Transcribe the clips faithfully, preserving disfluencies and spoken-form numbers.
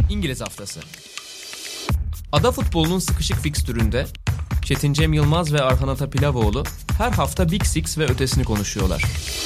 İngiliz Haftası. Ada futbolunun sıkışık fikstüründe Çetin Cem Yılmaz ve Arhan Atapilavoğlu her hafta Big Six ve ötesini konuşuyorlar.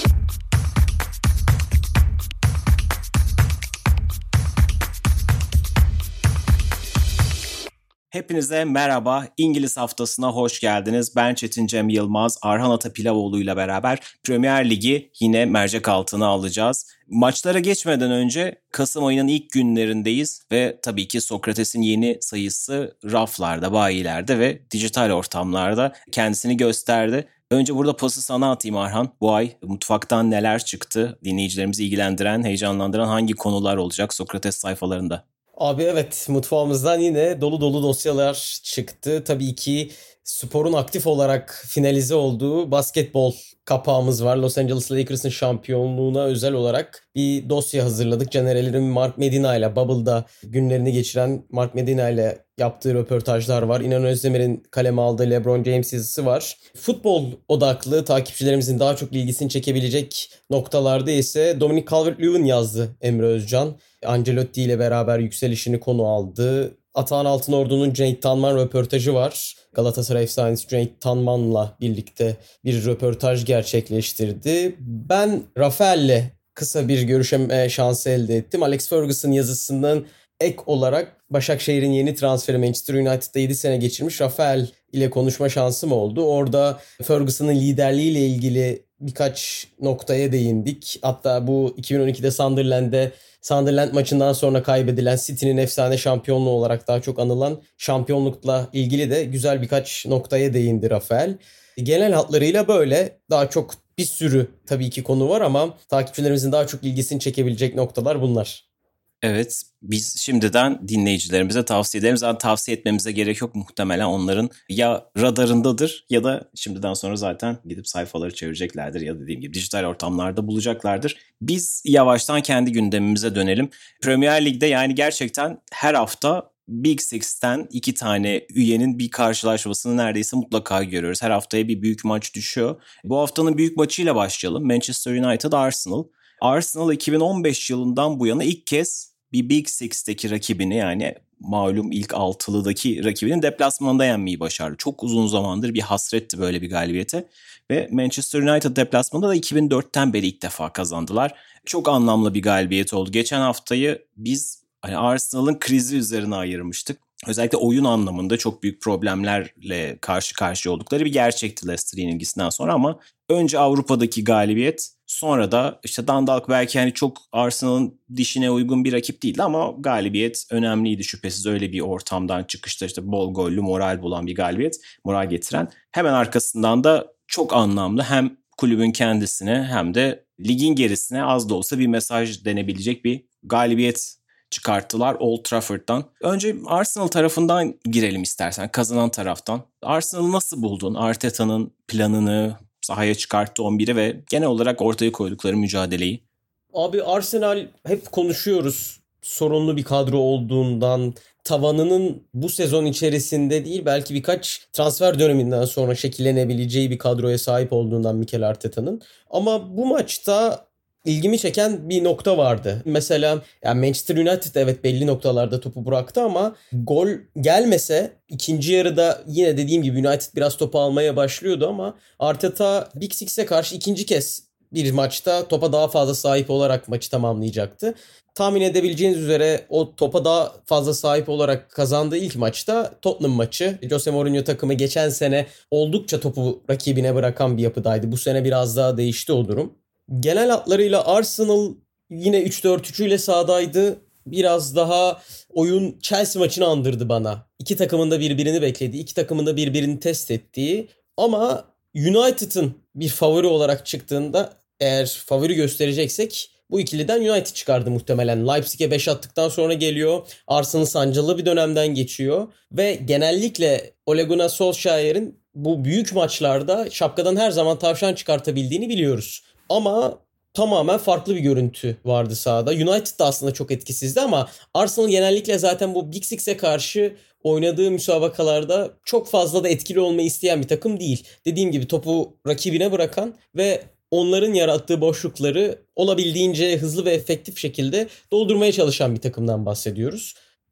Hepinize merhaba, İngiliz Haftası'na hoş geldiniz. Ben Çetin Cem Yılmaz, Arhan Atapilavoğlu ile beraber Premier Ligi yine mercek altına alacağız. Maçlara geçmeden önce Kasım ayının ilk günlerindeyiz ve tabii ki Sokrates'in yeni sayısı raflarda, bayilerde ve dijital ortamlarda kendisini gösterdi. Önce burada pası sana atayım Arhan. Bu ay mutfaktan neler çıktı? Dinleyicilerimizi ilgilendiren, heyecanlandıran hangi konular olacak Sokrates sayfalarında? Abi evet, mutfağımızdan yine dolu dolu dosyalar çıktı. Tabii ki sporun aktif olarak finalize olduğu basketbol kapağımız var. Los Angeles Lakers'ın şampiyonluğuna özel olarak bir dosya hazırladık. Caner'lerin Mark Medina ile Bubble'da günlerini geçiren Mark Medina ile yaptığı röportajlar var. İnan Özdemir'in kaleme aldığı LeBron James yazısı var. Futbol odaklı takipçilerimizin daha çok ilgisini çekebilecek noktalarda ise Dominic Calvert-Lewin yazdı Emre Özcan. Ancelotti ile beraber yükselişini konu aldı. Atahan Altınordu'nun Cenk Tanman röportajı var. Galatasaray efsanesi Cenk Tanman'la birlikte bir röportaj gerçekleştirdi. Ben Rafael'le kısa bir görüşme şansı elde ettim. Alex Ferguson yazısından ek olarak Başakşehir'in yeni transferi Manchester United'da yedi sene geçirmiş Rafael ile konuşma şansım oldu. Orada Ferguson'ın liderliğiyle ilgili birkaç noktaya değindik. Hatta bu iki bin on ikide Sunderland'de Sunderland maçından sonra kaybedilen City'nin efsane şampiyonluğu olarak daha çok anılan şampiyonlukla ilgili de güzel birkaç noktaya değindi Rafael. Genel hatlarıyla böyle daha çok bir sürü tabii ki konu var ama takipçilerimizin daha çok ilgisini çekebilecek noktalar bunlar. Evet, biz şimdiden dinleyicilerimize tavsiye ederiz. Zaten tavsiye etmemize gerek yok, muhtemelen onların ya radarındadır ya da şimdiden sonra zaten gidip sayfaları çevireceklerdir ya da dediğim gibi dijital ortamlarda bulacaklardır. Biz yavaştan kendi gündemimize dönelim. Premier Lig'de yani gerçekten her hafta Big Six'ten iki tane üyenin bir karşılaşmasını neredeyse mutlaka görüyoruz. Her haftaya bir büyük maç düşüyor. Bu haftanın büyük maçıyla başlayalım. Manchester United Arsenal. Arsenal iki bin on beş yılından bu yana ilk kez bir Big Six'teki rakibini, yani malum ilk altılıdaki rakibinin deplasmanında yenmeyi başardı. Çok uzun zamandır bir hasretti böyle bir galibiyete ve Manchester United deplasmanında da iki bin dörtten beri ilk defa kazandılar. Çok anlamlı bir galibiyet oldu. Geçen haftayı biz hani Arsenal'ın krizi üzerine ayırmıştık. Özellikle oyun anlamında çok büyük problemlerle karşı karşıya oldukları bir gerçekti Leicester yenilgisinden sonra, ama önce Avrupa'daki galibiyet, sonra da işte Dundalk belki hani çok Arsenal'ın dişine uygun bir rakip değildi ama galibiyet önemliydi şüphesiz. Öyle bir ortamdan çıkışta işte bol gollü, moral bulan bir galibiyet, moral getiren. Hemen arkasından da çok anlamlı, hem kulübün kendisine hem de ligin gerisine az da olsa bir mesaj denebilecek bir galibiyet çıkarttılar Old Trafford'dan. Önce Arsenal tarafından girelim istersen, kazanan taraftan. Arsenal'ı nasıl buldun? Arteta'nın planını, sahaya çıkarttığı on biri ve genel olarak ortaya koydukları mücadeleyi. Abi Arsenal hep konuşuyoruz. Sorunlu bir kadro olduğundan, tavanının bu sezon içerisinde değil belki birkaç transfer döneminden sonra şekillenebileceği bir kadroya sahip olduğundan Mikel Arteta'nın. Ama bu maçta İlgimi çeken bir nokta vardı. Mesela yani Manchester United evet belli noktalarda topu bıraktı ama gol gelmese ikinci yarıda yine dediğim gibi United biraz topu almaya başlıyordu ama Arteta Big Six'e karşı ikinci kez bir maçta topa daha fazla sahip olarak maçı tamamlayacaktı. Tahmin edebileceğiniz üzere o topa daha fazla sahip olarak kazandığı ilk maçta Tottenham maçı. Jose Mourinho takımı geçen sene oldukça topu rakibine bırakan bir yapıdaydı. Bu sene biraz daha değişti o durum. Genel hatlarıyla Arsenal yine üç dört üç ile sahadaydı. Biraz daha oyun Chelsea maçını andırdı bana. İki takımın da birbirini beklediği, iki takımın da birbirini test ettiği. Ama United'ın bir favori olarak çıktığında, eğer favori göstereceksek bu ikiliden United çıkardı muhtemelen. Leipzig'e beş attıktan sonra geliyor. Arsenal sancılı bir dönemden geçiyor. Ve genellikle Ole Gunnar Solskjaer'in bu büyük maçlarda şapkadan her zaman tavşan çıkartabildiğini biliyoruz. Ama tamamen farklı bir görüntü vardı sahada. United da aslında çok etkisizdi ama Arsenal genellikle zaten bu Big Six'e karşı oynadığı müsabakalarda çok fazla da etkili olmayı isteyen bir takım değil. Dediğim gibi topu rakibine bırakan ve onların yarattığı boşlukları olabildiğince hızlı ve efektif şekilde doldurmaya çalışan bir takımdan bahsediyoruz.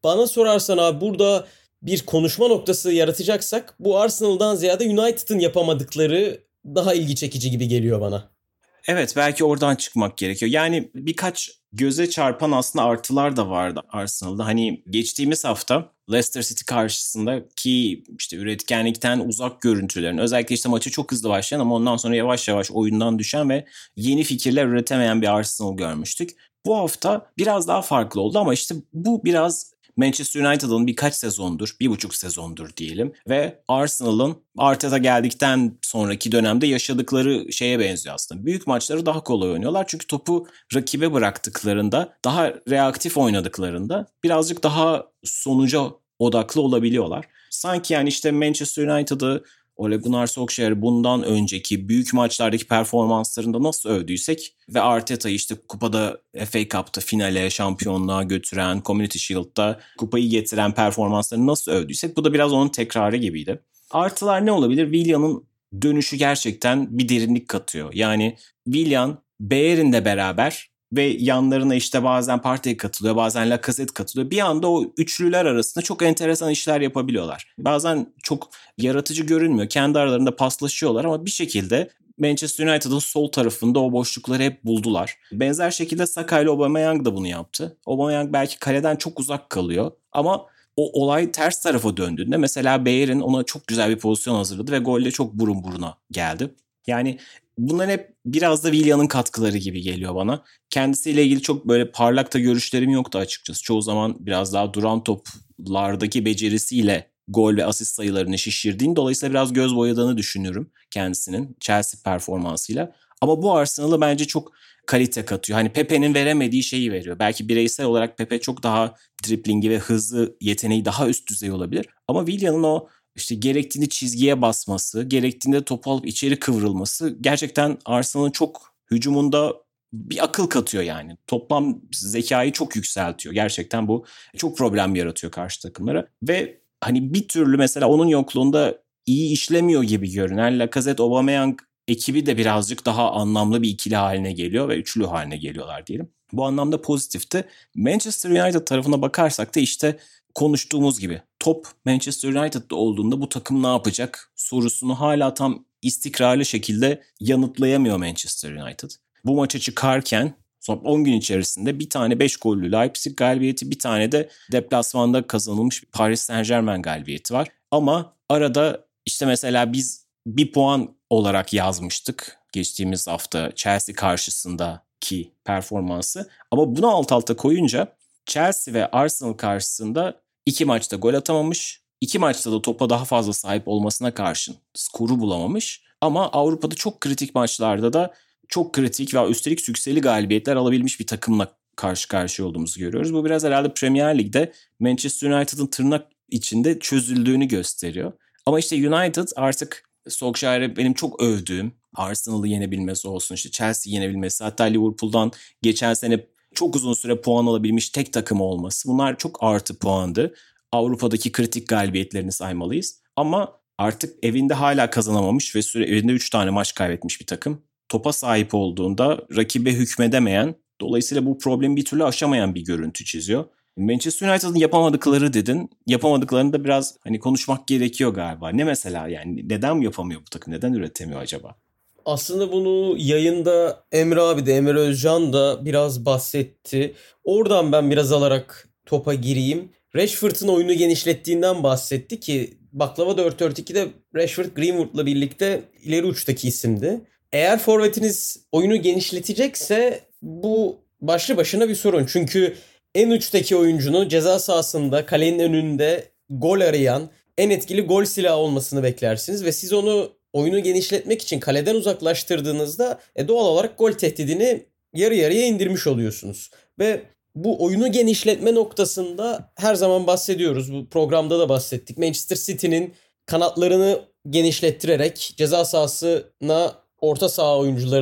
Bana sorarsan abi burada bir konuşma noktası yaratacaksak bu Arsenal'dan ziyade United'ın yapamadıkları daha ilgi çekici gibi geliyor bana. Evet, belki oradan çıkmak gerekiyor. Yani birkaç göze çarpan aslında artılar da vardı Arsenal'da. Hani geçtiğimiz hafta Leicester City karşısında ki işte üretkenlikten uzak görüntülerin, özellikle işte maçı çok hızlı başlayan ama ondan sonra yavaş yavaş oyundan düşen ve yeni fikirler üretemeyen bir Arsenal görmüştük. Bu hafta biraz daha farklı oldu ama işte bu biraz Manchester United'ın birkaç sezondur, bir buçuk sezondur diyelim ve Arsenal'ın Arteta geldikten sonraki dönemde yaşadıkları şeye benziyor aslında. Büyük maçları daha kolay oynuyorlar çünkü topu rakibe bıraktıklarında, daha reaktif oynadıklarında birazcık daha sonuca odaklı olabiliyorlar. Sanki yani işte Manchester United'ı Ole Gunnar Solskjaer'i bundan önceki büyük maçlardaki performanslarında nasıl övdüysek ve Arteta'yı işte kupada F A Cup'ta finale, şampiyonluğa götüren, Community Shield'da kupayı getiren performanslarını nasıl övdüysek bu da biraz onun tekrarı gibiydi. Artılar ne olabilir? Willian'ın dönüşü gerçekten bir derinlik katıyor. Yani Willian, Bayern'le beraber ve yanlarına işte bazen Partey katılıyor, bazen Lacazette katılıyor. Bir anda o üçlüler arasında çok enteresan işler yapabiliyorlar. Bazen çok yaratıcı görünmüyor. Kendi aralarında paslaşıyorlar ama bir şekilde Manchester United'ın sol tarafında o boşlukları hep buldular. Benzer şekilde Saka ile Aubameyang da bunu yaptı. Aubameyang belki kaleden çok uzak kalıyor ama o olay ters tarafa döndüğünde mesela Bayern ona çok güzel bir pozisyon hazırladı ve golle çok burun buruna geldi. Yani bunlar hep biraz da Willian'ın katkıları gibi geliyor bana. Kendisiyle ilgili çok böyle parlak da görüşlerim yoktu açıkçası. Çoğu zaman biraz daha duran toplardaki becerisiyle gol ve asist sayılarını şişirdiğini, dolayısıyla biraz göz boyadığını düşünüyorum kendisinin Chelsea performansıyla. Ama bu Arsenal'a bence çok kalite katıyor. Hani Pepe'nin veremediği şeyi veriyor. Belki bireysel olarak Pepe çok daha driblingi ve hızlı yeteneği daha üst düzey olabilir. Ama Willian'ın o İşte gerektiğinde çizgiye basması, gerektiğinde topu alıp içeri kıvrılması gerçekten Arsenal'ın çok hücumunda bir akıl katıyor yani. Toplam zekayı çok yükseltiyor. Gerçekten bu çok problem yaratıyor karşı takımlara. Ve hani bir türlü mesela onun yokluğunda iyi işlemiyor gibi görünen Lacazette, Aubameyang ekibi de birazcık daha anlamlı bir ikili haline geliyor ve üçlü haline geliyorlar diyelim. Bu anlamda pozitifti. Manchester United tarafına bakarsak da işte konuştuğumuz gibi top Manchester United'da olduğunda bu takım ne yapacak sorusunu hala tam istikrarlı şekilde yanıtlayamıyor Manchester United. Bu maça çıkarken son on gün içerisinde bir tane beş gollü Leipzig galibiyeti, bir tane de deplasmanda kazanılmış Paris Saint-Germain galibiyeti var. Ama arada işte mesela biz bir puan olarak yazmıştık geçtiğimiz hafta Chelsea karşısındaki performansı. Ama bunu alt alta koyunca Chelsea ve Arsenal karşısında iki maçta gol atamamış. İki maçta da topa daha fazla sahip olmasına karşın skoru bulamamış. Ama Avrupa'da çok kritik maçlarda da çok kritik ve üstelik sükseli galibiyetler alabilmiş bir takımla karşı karşıya olduğumuzu görüyoruz. Bu biraz herhalde Premier Lig'de Manchester United'ın tırnak içinde çözüldüğünü gösteriyor. Ama işte United artık Solskjaer'e benim çok övdüğüm, Arsenal'ı yenebilmesi olsun, işte Chelsea yenebilmesi, hatta Liverpool'dan geçen sene çok uzun süre puan alabilmiş tek takım olması. Bunlar çok artı puandı. Avrupa'daki kritik galibiyetlerini saymalıyız. Ama artık evinde hala kazanamamış ve süre evinde üç tane maç kaybetmiş bir takım. Topa sahip olduğunda rakibe hükmedemeyen, dolayısıyla bu problemi bir türlü aşamayan bir görüntü çiziyor. Manchester United'ın yapamadıkları dedin. Yapamadıklarını da biraz hani konuşmak gerekiyor galiba. Ne mesela yani neden yapamıyor bu takım? Neden üretemiyor acaba? Aslında bunu yayında Emre abi de Emre Özcan da biraz bahsetti. Oradan ben biraz alarak topa gireyim. Rashford'un oyunu genişlettiğinden bahsetti ki Baklava dört dört iki'de Rashford Greenwood'la birlikte ileri uçtaki isimdi. Eğer forvetiniz oyunu genişletecekse bu başlı başına bir sorun. Çünkü en uçtaki oyuncunun ceza sahasında kalenin önünde gol arayan en etkili gol silahı olmasını beklersiniz ve siz onu oyunu genişletmek için kaleden uzaklaştırdığınızda e, doğal olarak gol tehdidini yarı yarıya indirmiş oluyorsunuz. Ve bu oyunu genişletme noktasında her zaman bahsediyoruz. Bu programda da bahsettik. Manchester City'nin kanatlarını genişlettirerek ceza sahasına orta saha oyuncularını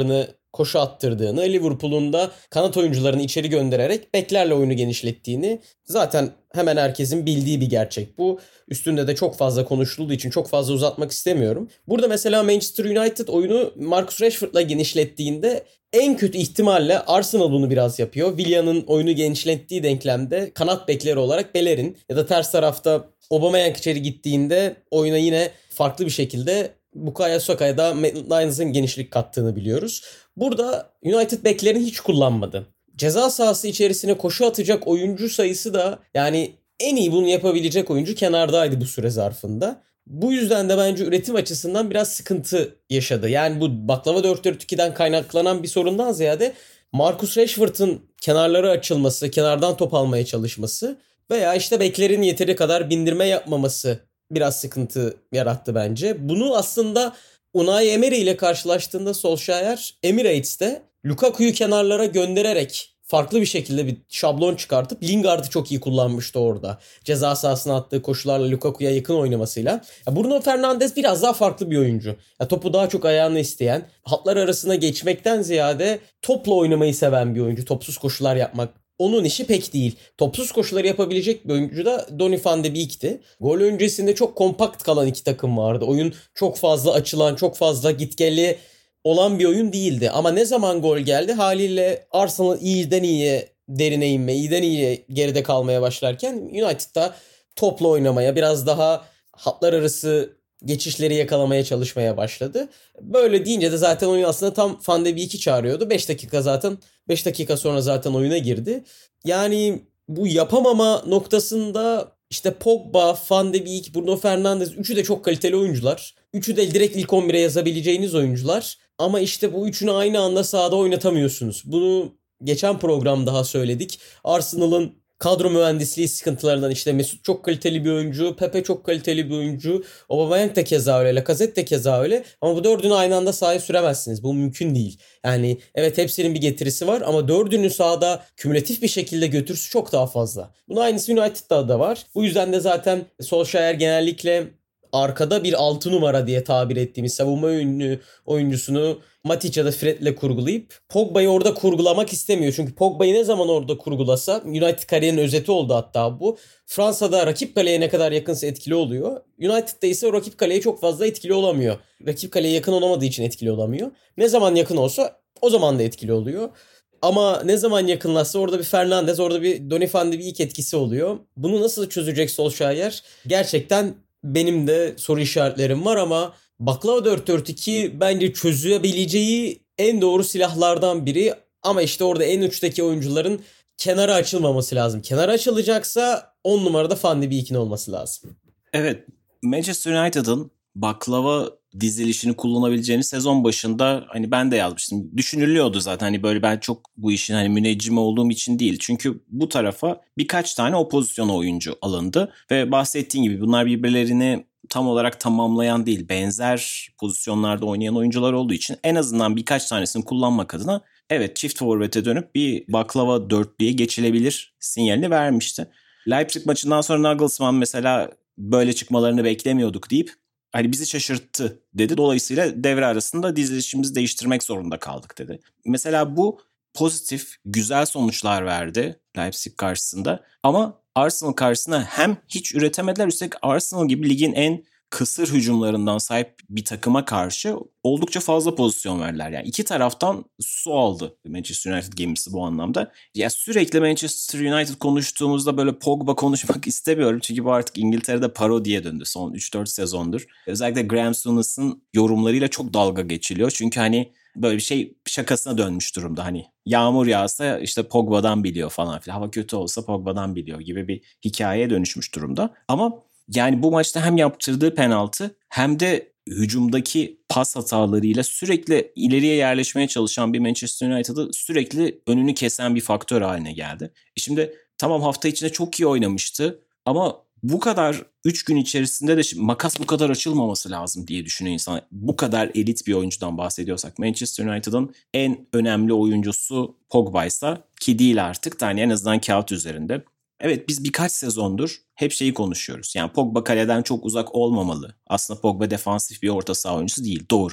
koşu attırdığını, Liverpool'un da kanat oyuncularını içeri göndererek beklerle oyunu genişlettiğini zaten hemen herkesin bildiği bir gerçek bu. Üstünde de çok fazla konuşulduğu için çok fazla uzatmak istemiyorum. Burada mesela Manchester United oyunu Marcus Rashford'la genişlettiğinde en kötü ihtimalle Arsenal bunu biraz yapıyor. Villa'nın oyunu genişlettiği denklemde kanat bekleri olarak Bellerin ya da ters tarafta Aubameyang içeri gittiğinde oyuna yine farklı bir şekilde Bukayo Saka'ya da Maitland-Nines'ın genişlik kattığını biliyoruz. Burada United beklerini hiç kullanmadı. Ceza sahası içerisine koşu atacak oyuncu sayısı da yani en iyi bunu yapabilecek oyuncu kenardaydı bu süre zarfında. Bu yüzden de bence üretim açısından biraz sıkıntı yaşadı. Yani bu baklava dört dört iki'den kaynaklanan bir sorundan ziyade Marcus Rashford'un kenarları açılması, kenardan top almaya çalışması veya işte beklerin yeteri kadar bindirme yapmaması biraz sıkıntı yarattı bence. Bunu aslında Unai Emery ile karşılaştığında Solskjaer Emirates'te Lukaku'yu kenarlara göndererek farklı bir şekilde bir şablon çıkartıp Lingard'ı çok iyi kullanmıştı orada. Ceza sahasına attığı koşularla Lukaku'ya yakın oynamasıyla. Ya Bruno Fernandes biraz daha farklı bir oyuncu. Ya topu daha çok ayağını isteyen, hatlar arasına geçmekten ziyade topla oynamayı seven bir oyuncu. Topsuz koşular yapmak onun işi pek değil. Topsuz koşuları yapabilecek bir oyuncu da Donny van de Beek'ti. Gol öncesinde çok kompakt kalan iki takım vardı. Oyun çok fazla açılan, çok fazla gitgelli olan bir oyun değildi. Ama ne zaman gol geldi haliyle Arsenal iyiden iyiye derine inme, iyiden iyiye geride kalmaya başlarken United'da topla oynamaya, biraz daha hatlar arası geçişleri yakalamaya çalışmaya başladı. Böyle deyince de zaten oyun aslında tam Van de Beek'i çağırıyordu. beş dakika zaten beş dakika sonra zaten oyuna girdi. Yani bu yapamama noktasında işte Pogba, Van de Beek, Bruno Fernandes üçü de çok kaliteli oyuncular. Üçü de direkt ilk on bire yazabileceğiniz oyuncular. Ama işte bu üçünü aynı anda sahada oynatamıyorsunuz. Bunu geçen program daha söyledik. Arsenal'ın kadro mühendisliği sıkıntılarından işte Mesut çok kaliteli bir oyuncu, Pepe çok kaliteli bir oyuncu, Aubameyang da keza öyle, Lacazette de keza öyle. Ama bu dördünü aynı anda sahaya süremezsiniz. Bu mümkün değil. Yani evet hepsinin bir getirisi var ama dördünü sahada kümülatif bir şekilde götürüsü çok daha fazla. Bunun aynısı United'da da var. Bu yüzden de zaten Solskjaer genellikle arkada bir altı numara diye tabir ettiğimiz savunma ünlü oyuncusunu Matic ya da Fred'le kurgulayıp Pogba'yı orada kurgulamak istemiyor. Çünkü Pogba'yı ne zaman orada kurgulasa, United kariyerinin özeti oldu hatta bu. Fransa'da rakip kaleye ne kadar yakınsa etkili oluyor. United'da ise o rakip kaleye çok fazla etkili olamıyor. Rakip kaleye yakın olamadığı için etkili olamıyor. Ne zaman yakın olsa o zaman da etkili oluyor. Ama ne zaman yakınlaşsa orada bir Fernandes, orada bir Donny van de Beek etkisi oluyor. Bunu nasıl çözecek Solskjaer? Gerçekten benim de soru işaretlerim var ama baklava dört dört iki bence çözebileceği en doğru silahlardan biri. Ama işte orada en uçtaki oyuncuların kenara açılmaması lazım. Kenara açılacaksa on numarada Van de Beek'in olması lazım. Evet, Manchester United'ın baklava dizilişini kullanabileceğini sezon başında hani ben de yazmıştım. Düşünülüyordu zaten, hani böyle ben çok bu işin hani müneccimi olduğum için değil. Çünkü bu tarafa birkaç tane o pozisyona oyuncu alındı ve bahsettiğin gibi bunlar birbirlerini tam olarak tamamlayan değil, benzer pozisyonlarda oynayan oyuncular olduğu için en azından birkaç tanesini kullanmak adına evet çift forvete dönüp bir baklava dörtlüye geçilebilir sinyalini vermişti. Leipzig maçından sonra Nagelsmann mesela böyle çıkmalarını beklemiyorduk deyip hani bizi şaşırttı dedi. Dolayısıyla devre arasında dizilişimizi değiştirmek zorunda kaldık dedi. Mesela bu pozitif, güzel sonuçlar verdi Leipzig karşısında. Ama Arsenal karşısında hem hiç üretemediler, üstelik Arsenal gibi ligin en kısır hücumlarından sahip bir takıma karşı oldukça fazla pozisyon verdiler. Yani iki taraftan su aldı Manchester United gemisi bu anlamda. Ya sürekli Manchester United konuştuğumuzda böyle Pogba konuşmak istemiyorum. Çünkü bu artık İngiltere'de parodiye döndü son üç dört sezondur. Özellikle Graham Souness'ın yorumlarıyla çok dalga geçiliyor. Çünkü hani böyle bir şey şakasına dönmüş durumda. Hani yağmur yağsa işte Pogba'dan biliyor falan filan. Hava kötü olsa Pogba'dan biliyor gibi bir hikayeye dönüşmüş durumda. Ama yani bu maçta hem yaptırdığı penaltı hem de hücumdaki pas hatalarıyla sürekli ileriye yerleşmeye çalışan bir Manchester United'ı sürekli önünü kesen bir faktör haline geldi. E şimdi tamam hafta içinde çok iyi oynamıştı ama bu kadar üç gün içerisinde de şimdi makas bu kadar açılmaması lazım diye düşünüyor insan. Bu kadar elit bir oyuncudan bahsediyorsak Manchester United'ın en önemli oyuncusu Pogba'ysa ki değil artık da hani en azından kağıt üzerinde. Evet biz birkaç sezondur hep şeyi konuşuyoruz. Yani Pogba kaleden çok uzak olmamalı. Aslında Pogba defansif bir orta saha oyuncusu değil, doğru.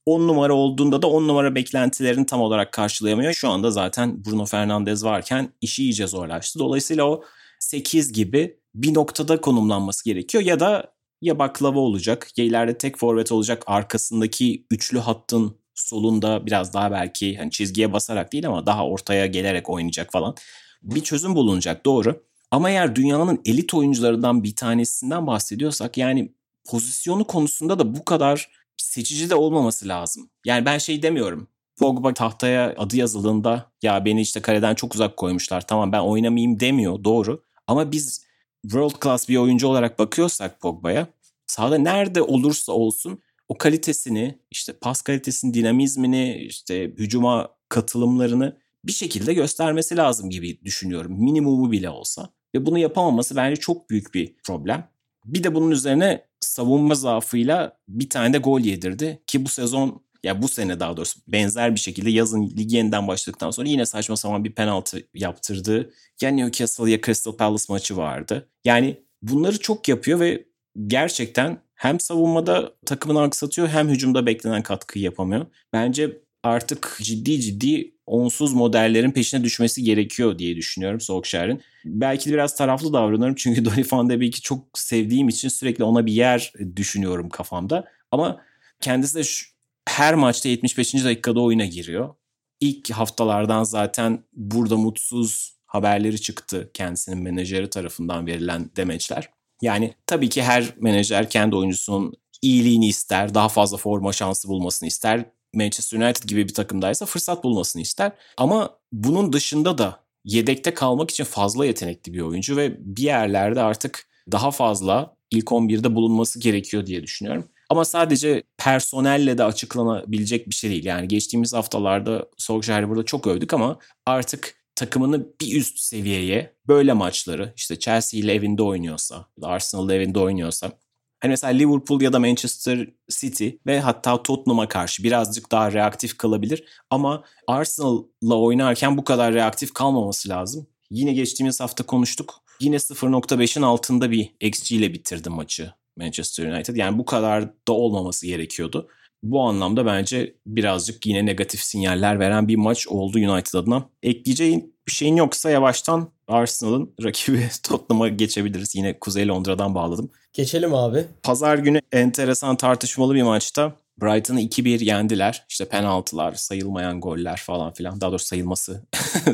on numara olduğunda da on numara beklentilerini tam olarak karşılayamıyor. Şu anda zaten Bruno Fernandes varken işi iyice zorlaştı. Dolayısıyla o sekiz gibi bir noktada konumlanması gerekiyor ya da ya baklava olacak ya ileride tek forvet olacak, arkasındaki üçlü hattın solunda biraz daha belki hani çizgiye basarak değil ama daha ortaya gelerek oynayacak falan. Bir çözüm bulunacak, doğru. Ama eğer dünyanın elit oyuncularından bir tanesinden bahsediyorsak yani pozisyonu konusunda da bu kadar seçici de olmaması lazım. Yani ben şey demiyorum. Pogba tahtaya adı yazıldığında ya beni işte kaleden çok uzak koymuşlar, tamam ben oynamayayım demiyor, doğru. Ama biz world class bir oyuncu olarak bakıyorsak Pogba'ya, sahada nerede olursa olsun o kalitesini, işte pas kalitesini, dinamizmini, işte hücuma katılımlarını bir şekilde göstermesi lazım gibi düşünüyorum. Minimumu bile olsa. Ve bunu yapamaması bence çok büyük bir problem. Bir de bunun üzerine savunma zaafıyla bir tane de gol yedirdi. Ki bu sezon, ya bu sene daha doğrusu benzer bir şekilde yazın ligi yeniden başladıktan sonra yine saçma sapan bir penaltı yaptırdı. Ya Newcastle ya Crystal Palace maçı vardı. Yani bunları çok yapıyor ve gerçekten hem savunmada takımını aksatıyor hem hücumda beklenen katkıyı yapamıyor. Bence artık ciddi ciddi onsuz modellerin peşine düşmesi gerekiyor diye düşünüyorum Solskjaer'in. Belki de biraz taraflı davranıyorum çünkü Donny van de Beek'i çok sevdiğim için sürekli ona bir yer düşünüyorum kafamda. Ama kendisi de şu, her maçta yetmiş beşinci dakikada oyuna giriyor. İlk haftalardan zaten burada mutsuz haberleri çıktı kendisinin menajeri tarafından verilen demeçler. Yani tabii ki her menajer kendi oyuncusunun iyiliğini ister, daha fazla forma şansı bulmasını ister. Manchester United gibi bir takımdaysa fırsat bulmasını ister. Ama bunun dışında da yedekte kalmak için fazla yetenekli bir oyuncu ve bir yerlerde artık daha fazla ilk on birde bulunması gerekiyor diye düşünüyorum. Ama sadece personelle de açıklanabilecek bir şey değil. Yani geçtiğimiz haftalarda Solskjaer'i burada çok övdük ama artık takımını bir üst seviyeye, böyle maçları, işte Chelsea ile evinde oynuyorsa, Arsenal ile evinde oynuyorsa, hani mesela Liverpool ya da Manchester City ve hatta Tottenham'a karşı birazcık daha reaktif kalabilir. Ama Arsenal'la oynarken bu kadar reaktif kalmaması lazım. Yine geçtiğimiz hafta konuştuk. Yine sıfır nokta beşin altında bir X G ile bitirdi maçı Manchester United. Yani bu kadar da olmaması gerekiyordu. Bu anlamda bence birazcık yine negatif sinyaller veren bir maç oldu United adına. Ekleyeceğin bir şeyin yoksa yavaştan Arsenal'ın rakibi Tottenham'a geçebiliriz. Yine Kuzey Londra'dan bağladım. Geçelim abi. Pazar günü enteresan, tartışmalı bir maçta Brighton'ı iki bir yendiler. İşte penaltılar, sayılmayan goller falan filan. Daha doğrusu sayılması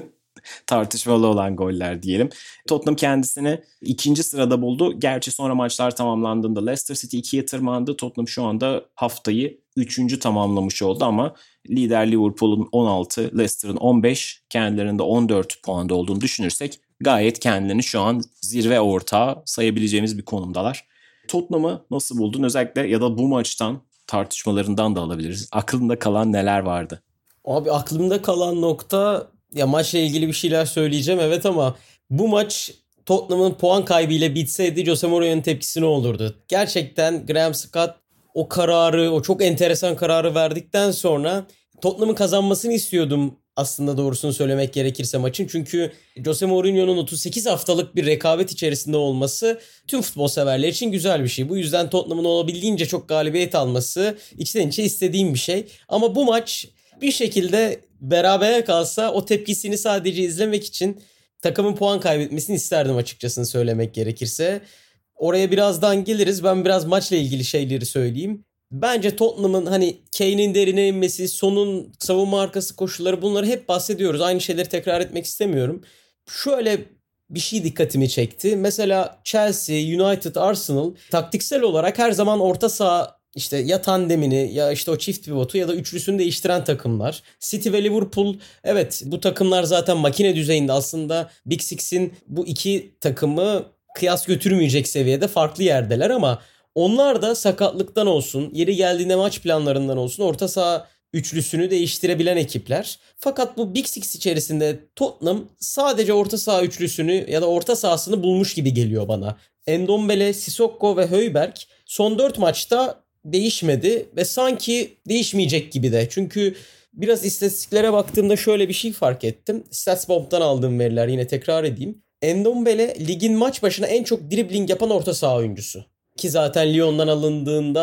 tartışmalı olan goller diyelim. Tottenham kendisini ikinci sırada buldu. Gerçi sonra maçlar tamamlandığında Leicester City ikiye tırmandı. Tottenham şu anda haftayı üçüncü tamamlamış oldu ama lider Liverpool'un on altı, Leicester'ın on beş, kendilerinde on dört puanda olduğunu düşünürsek gayet kendilerini şu an zirve ortağı sayabileceğimiz bir konumdalar. Tottenham'ı nasıl buldun? Özellikle ya da bu maçtan tartışmalarından da alabiliriz. Aklında kalan neler vardı? Abi aklımda kalan nokta, ya maçla ilgili bir şeyler söyleyeceğim evet ama bu maç Tottenham'ın puan kaybıyla bitseydi Jose Mourinho'nun tepkisi ne olurdu? Gerçekten Graham Scott o kararı, o çok enteresan kararı verdikten sonra Tottenham'ın kazanmasını istiyordum aslında, doğrusunu söylemek gerekirse maçın. Çünkü Jose Mourinho'nun otuz sekiz haftalık bir rekabet içerisinde olması tüm futbol severler için güzel bir şey. Bu yüzden Tottenham'ın olabildiğince çok galibiyet alması içten içe istediğim bir şey. Ama bu maç bir şekilde berabere kalsa o tepkisini sadece izlemek için takımın puan kaybetmesini isterdim açıkçası söylemek gerekirse. Oraya birazdan geliriz. Ben biraz maçla ilgili şeyleri söyleyeyim. Bence Tottenham'ın hani Kane'in derine inmesi, Son'un savunma arkası koşulları, bunları hep bahsediyoruz. Aynı şeyleri tekrar etmek istemiyorum. Şöyle bir şey dikkatimi çekti. Mesela Chelsea, United, Arsenal taktiksel olarak her zaman orta saha, İşte ya tandemini ya işte o çift pivotu ya da üçlüsünü değiştiren takımlar. City ve Liverpool, evet bu takımlar zaten makine düzeyinde, aslında Big Six'in bu iki takımı kıyas götürmeyecek seviyede farklı yerdeler ama onlar da sakatlıktan olsun, yeri geldiğinde maç planlarından olsun orta saha üçlüsünü değiştirebilen ekipler. Fakat bu Big Six içerisinde Tottenham sadece orta saha üçlüsünü ya da orta sahasını bulmuş gibi geliyor bana. Ndombele, Sissoko ve Højbjerg son dört maçta değişmedi ve sanki değişmeyecek gibi de. Çünkü biraz istatistiklere baktığımda şöyle bir şey fark ettim. Statsbomb'dan aldığım veriler, yine tekrar edeyim. Ndombele ligin maç başına en çok dribbling yapan orta saha oyuncusu. Ki zaten Lyon'dan alındığında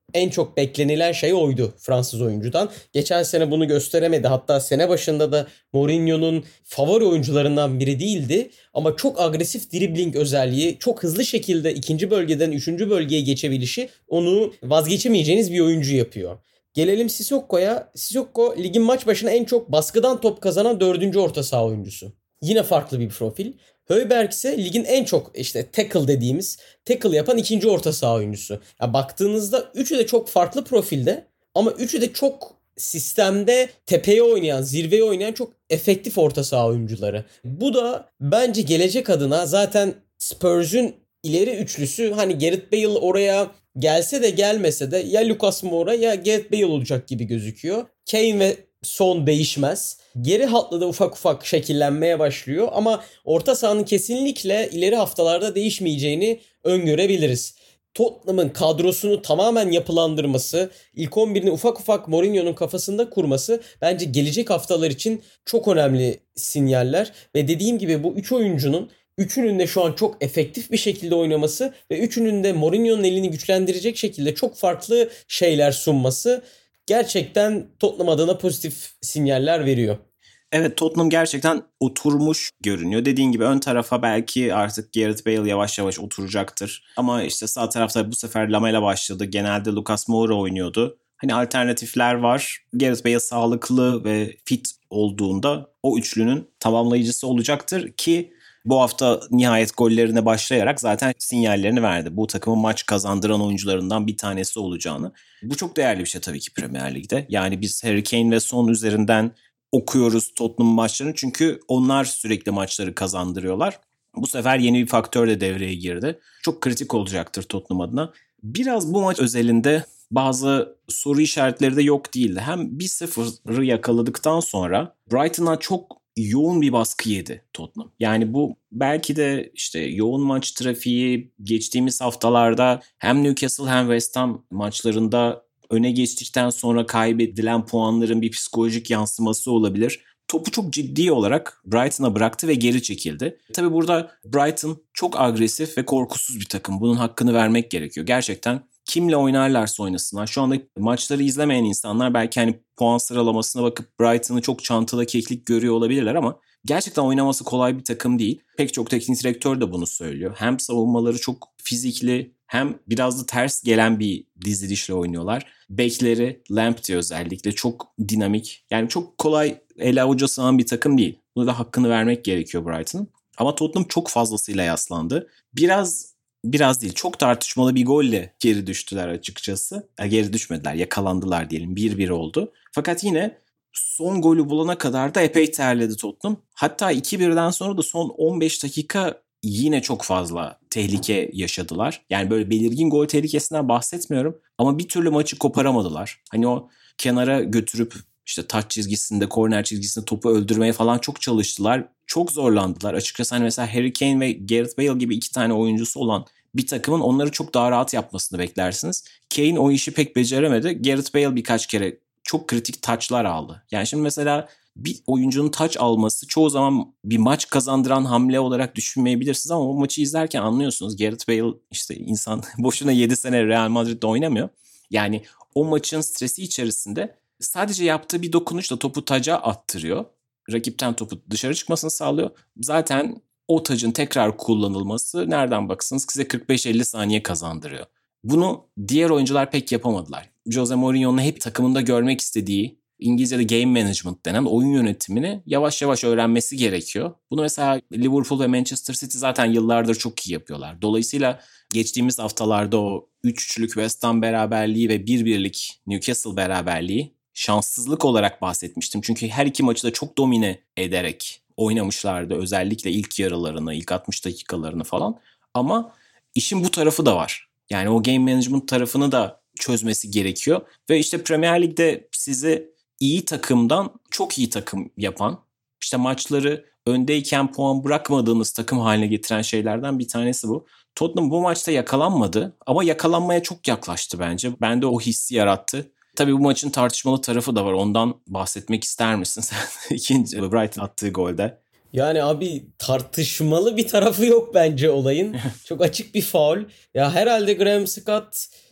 en çok beklenilen şey oydu Fransız oyuncudan. Geçen sene bunu gösteremedi. Hatta sene başında da Mourinho'nun favori oyuncularından biri değildi. Ama çok agresif dribbling özelliği, çok hızlı şekilde ikinci bölgeden üçüncü bölgeye geçebilişi onu vazgeçemeyeceğiniz bir oyuncu yapıyor. Gelelim Sissoko'ya. Sissoko ligin maç başına en çok baskıdan top kazanan dördüncü orta saha oyuncusu. Yine farklı bir profil. Højbjerg ise ligin en çok işte tackle dediğimiz tackle yapan ikinci orta saha oyuncusu. Ya baktığınızda üçü de çok farklı profilde ama üçü de çok sistemde tepeye oynayan, zirveye oynayan çok efektif orta saha oyuncuları. Bu da bence gelecek adına zaten Spurs'un ileri üçlüsü hani Gareth Bale oraya gelse de gelmese de ya Lucas Moura ya Gareth Bale olacak gibi gözüküyor. Kane ve Son değişmez. Geri hatlı da ufak ufak şekillenmeye başlıyor ama orta sahanın kesinlikle ileri haftalarda değişmeyeceğini öngörebiliriz. Tottenham'ın kadrosunu tamamen yapılandırması, ilk on birini ufak ufak Mourinho'nun kafasında kurması bence gelecek haftalar için çok önemli sinyaller. Ve dediğim gibi bu üç oyuncunun üçünün de şu an çok efektif bir şekilde oynaması ve üçünün de Mourinho'nun elini güçlendirecek şekilde çok farklı şeyler sunması gerçekten Tottenham adına pozitif sinyaller veriyor. Evet, Tottenham gerçekten oturmuş görünüyor. Dediğin gibi ön tarafa belki artık Gareth Bale yavaş yavaş oturacaktır. Ama işte sağ tarafta bu sefer Lamela başladı. Genelde Lucas Moura oynuyordu. Hani alternatifler var. Gareth Bale sağlıklı ve fit olduğunda o üçlünün tamamlayıcısı olacaktır ki bu hafta nihayet gollerine başlayarak zaten sinyallerini verdi. Bu takımın maç kazandıran oyuncularından bir tanesi olacağını. Bu çok değerli bir şey tabii ki Premier Lig'de. Yani biz Harry Kane ve Son üzerinden okuyoruz Tottenham maçlarını çünkü onlar sürekli maçları kazandırıyorlar. Bu sefer yeni bir faktör de devreye girdi. Çok kritik olacaktır Tottenham adına. Biraz bu maç özelinde bazı soru işaretleri de yok değildi. Hem bir sıfırı yakaladıktan sonra Brighton'a çok yoğun bir baskı yedi Tottenham. Yani bu belki de işte yoğun maç trafiği geçtiğimiz haftalarda hem Newcastle hem West Ham maçlarında öne geçtikten sonra kaybedilen puanların bir psikolojik yansıması olabilir. Topu çok ciddi olarak Brighton'a bıraktı ve geri çekildi. Tabii burada Brighton çok agresif ve korkusuz bir takım. Bunun hakkını vermek gerekiyor. Gerçekten kimle oynarlarsa oynasınlar. Şu anda maçları izlemeyen insanlar belki hani puan sıralamasına bakıp Brighton'ı çok çantada keklik görüyor olabilirler ama gerçekten oynaması kolay bir takım değil. Pek çok teknik direktör de bunu söylüyor. Hem savunmaları çok fizikli hem biraz da ters gelen bir dizilişle oynuyorlar. Bekleri Lamptey özellikle çok dinamik. Yani çok kolay ele avuca sığan bir takım değil. Bunu da hakkını vermek gerekiyor Brighton'ın. Ama Tottenham çok fazlasıyla yaslandı. Biraz biraz değil çok tartışmalı bir golle geri düştüler açıkçası. Ya geri düşmediler, yakalandılar diyelim. bir bir oldu. Fakat yine son golü bulana kadar da epey terledi Tottenham. Hatta iki birden sonra da son on beş dakika yine çok fazla tehlike yaşadılar. Yani böyle belirgin gol tehlikesinden bahsetmiyorum ama bir türlü maçı koparamadılar. Hani o kenara götürüp işte taç çizgisinde, korner çizgisinde topu öldürmeye falan çok çalıştılar. Çok zorlandılar. Açıkçası hani mesela Harry Kane ve Gareth Bale gibi iki tane oyuncusu olan bir takımın onları çok daha rahat yapmasını beklersiniz. Kane o işi pek beceremedi. Gareth Bale birkaç kere çok kritik taçlar aldı. Yani şimdi mesela bir oyuncunun taç alması çoğu zaman bir maç kazandıran hamle olarak düşünmeyebilirsiniz ama o maçı izlerken anlıyorsunuz. Gareth Bale işte insan boşuna yedi sene Real Madrid'de oynamıyor. Yani o maçın stresi içerisinde sadece yaptığı bir dokunuşla topu taca attırıyor. Rakipten topu dışarı çıkmasını sağlıyor. Zaten o tacın tekrar kullanılması nereden baksanız size kırk beş elli saniye kazandırıyor. Bunu diğer oyuncular pek yapamadılar. Jose Mourinho'nun hep takımında görmek istediği İngilizce'de game management denen oyun yönetimini yavaş yavaş öğrenmesi gerekiyor. Bunu mesela Liverpool ve Manchester City zaten yıllardır çok iyi yapıyorlar. Dolayısıyla geçtiğimiz haftalarda o üç üçlük West Ham beraberliği ve bir birlik Newcastle beraberliği şanssızlık olarak bahsetmiştim. Çünkü her iki maçı da çok domine ederek oynamışlardı. Özellikle ilk yarılarını, ilk altmış dakikalarını falan. Ama işin bu tarafı da var. Yani o game management tarafını da çözmesi gerekiyor. Ve işte Premier Lig'de sizi iyi takımdan çok iyi takım yapan, işte maçları öndeyken puan bırakmadığınız takım haline getiren şeylerden bir tanesi bu. Tottenham bu maçta yakalanmadı ama yakalanmaya çok yaklaştı bence. Bende o hissi yarattı. Tabii bu maçın tartışmalı tarafı da var. Ondan bahsetmek ister misin sen? İkinci Brighton attığı golde. Yani abi tartışmalı bir tarafı yok bence olayın. Çok açık bir faul. Ya herhalde Graham Scott